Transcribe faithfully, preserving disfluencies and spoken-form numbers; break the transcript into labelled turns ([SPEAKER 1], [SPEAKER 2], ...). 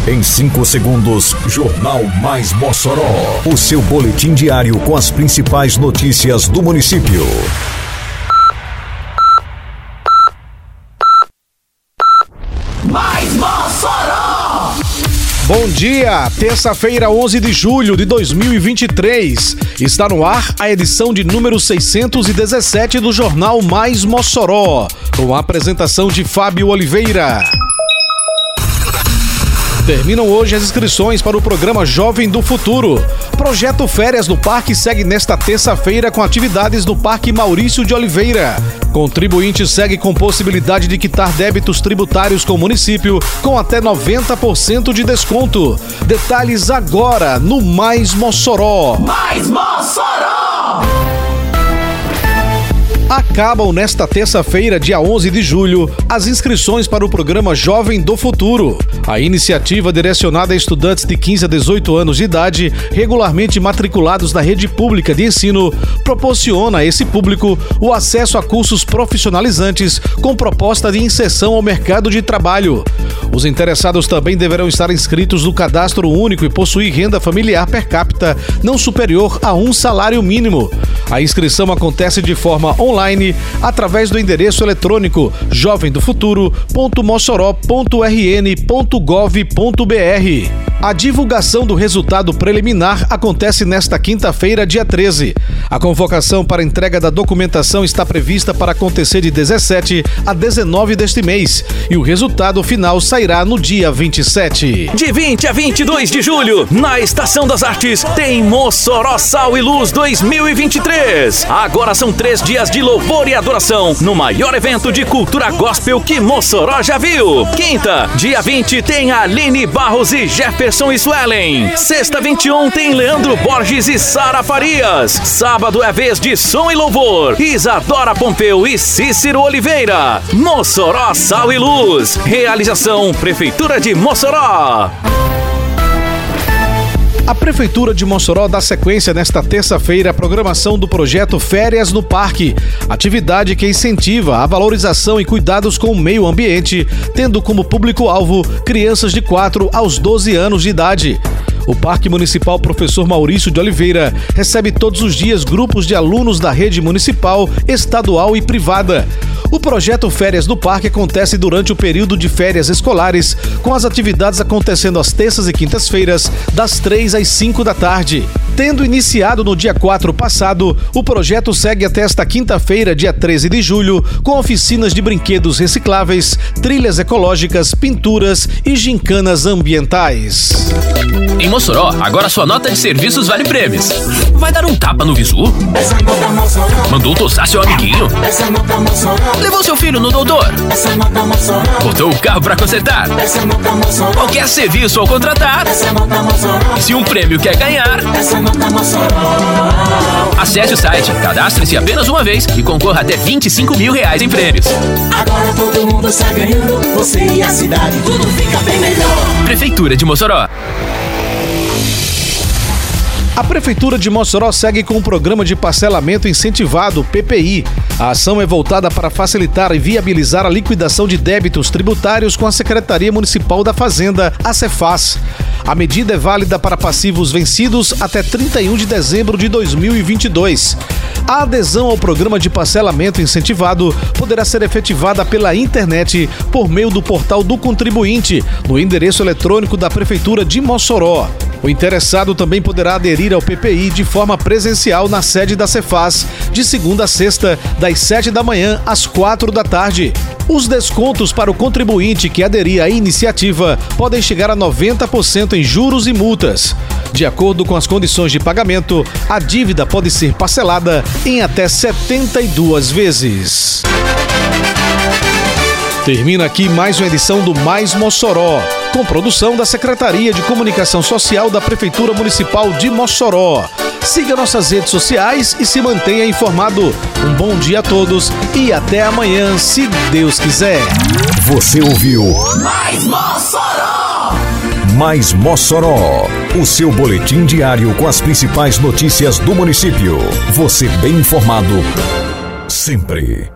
[SPEAKER 1] Em cinco segundos, Jornal Mais Mossoró. O seu boletim diário com as principais notícias do município.
[SPEAKER 2] Mais Mossoró!
[SPEAKER 3] Bom dia, terça-feira, onze de julho de dois mil e vinte e três. Está no ar a edição de número seiscentos e dezessete do Jornal Mais Mossoró, com a apresentação de Fábio Oliveira. Terminam hoje as inscrições para o programa Jovem do Futuro. Projeto Férias no Parque segue nesta terça-feira com atividades no Parque Maurício de Oliveira. Contribuinte segue com possibilidade de quitar débitos tributários com o município com até noventa por cento de desconto. Detalhes agora no Mais Mossoró.
[SPEAKER 2] Mais Mossoró!
[SPEAKER 3] Acabam nesta terça-feira, dia onze de julho, as inscrições para o programa Jovem do Futuro. A iniciativa, direcionada a estudantes de quinze a dezoito anos de idade, regularmente matriculados na rede pública de ensino, proporciona a esse público o acesso a cursos profissionalizantes com proposta de inserção ao mercado de trabalho. Os interessados também deverão estar inscritos no cadastro único e possuir renda familiar per capita não superior a um salário mínimo. A inscrição acontece de forma online através do endereço eletrônico jovem do futuro ponto mossoró ponto r n ponto gov ponto b r. A divulgação do resultado preliminar acontece nesta quinta-feira, dia treze. A convocação para entrega da documentação está prevista para acontecer de dezessete a dezenove deste mês e o resultado final sairá no dia vinte e sete.
[SPEAKER 4] De vinte a vinte e dois de julho, na Estação das Artes, tem Mossoró Sal e Luz dois mil e vinte e três. Agora são três dias de louvor e adoração no maior evento de cultura gospel que Mossoró já viu. Quinta, dia vinte, tem Aline Barros e Jefferson e Suelen. Sexta, vinte e um, tem Leandro Borges e Sara Farias. Sábado é vez de som e louvor, Isadora Pompeu e Cícero Oliveira. Mossoró Sal e Luz. Realização Prefeitura de Mossoró.
[SPEAKER 3] A Prefeitura de Mossoró dá sequência nesta terça-feira à programação do projeto Férias no Parque, atividade que incentiva a valorização e cuidados com o meio ambiente, tendo como público-alvo crianças de quatro aos doze anos de idade. O Parque Municipal Professor Maurício de Oliveira recebe todos os dias grupos de alunos da rede municipal, estadual e privada. O projeto Férias no Parque acontece durante o período de férias escolares, com as atividades acontecendo às terças e quintas-feiras, das três às cinco da tarde. Tendo iniciado no dia quatro passado, o projeto segue até esta quinta-feira, dia treze de julho, com oficinas de brinquedos recicláveis, trilhas ecológicas, pinturas e gincanas ambientais.
[SPEAKER 5] Em Mossoró, agora sua nota de serviços vale prêmios. Vai dar um tapa no visu? Mandou tosar seu amiguinho? Levou seu filho no doutor? Botou o carro pra consertar? Qualquer serviço ao contratar? E se um prêmio quer ganhar? Acesse o site, cadastre-se apenas uma vez e concorra até vinte e cinco mil reais em prêmios.
[SPEAKER 2] Agora todo mundo está ganhando, você e a cidade, tudo fica bem melhor.
[SPEAKER 5] Prefeitura de Mossoró.
[SPEAKER 3] A Prefeitura de Mossoró segue com o programa de parcelamento incentivado, P P I. A ação é voltada para facilitar e viabilizar a liquidação de débitos tributários com a Secretaria Municipal da Fazenda, a Cefaz. A medida é válida para passivos vencidos até trinta e um de dezembro de dois mil e vinte e dois. A adesão ao programa de parcelamento incentivado poderá ser efetivada pela internet por meio do portal do contribuinte, no endereço eletrônico da Prefeitura de Mossoró. O interessado também poderá aderir ao P P I de forma presencial na sede da Cefaz, de segunda a sexta, das sete da manhã às quatro da tarde. Os descontos para o contribuinte que aderir à iniciativa podem chegar a noventa por cento em juros e multas. De acordo com as condições de pagamento, a dívida pode ser parcelada em até setenta e duas vezes. Termina aqui mais uma edição do Mais Mossoró, com produção da Secretaria de Comunicação Social da Prefeitura Municipal de Mossoró. Siga nossas redes sociais e se mantenha informado. Um bom dia a todos e até amanhã, se Deus quiser.
[SPEAKER 1] Você ouviu
[SPEAKER 2] Mais Mossoró!
[SPEAKER 1] Mais Mossoró, o seu boletim diário com as principais notícias do município. Você bem informado sempre.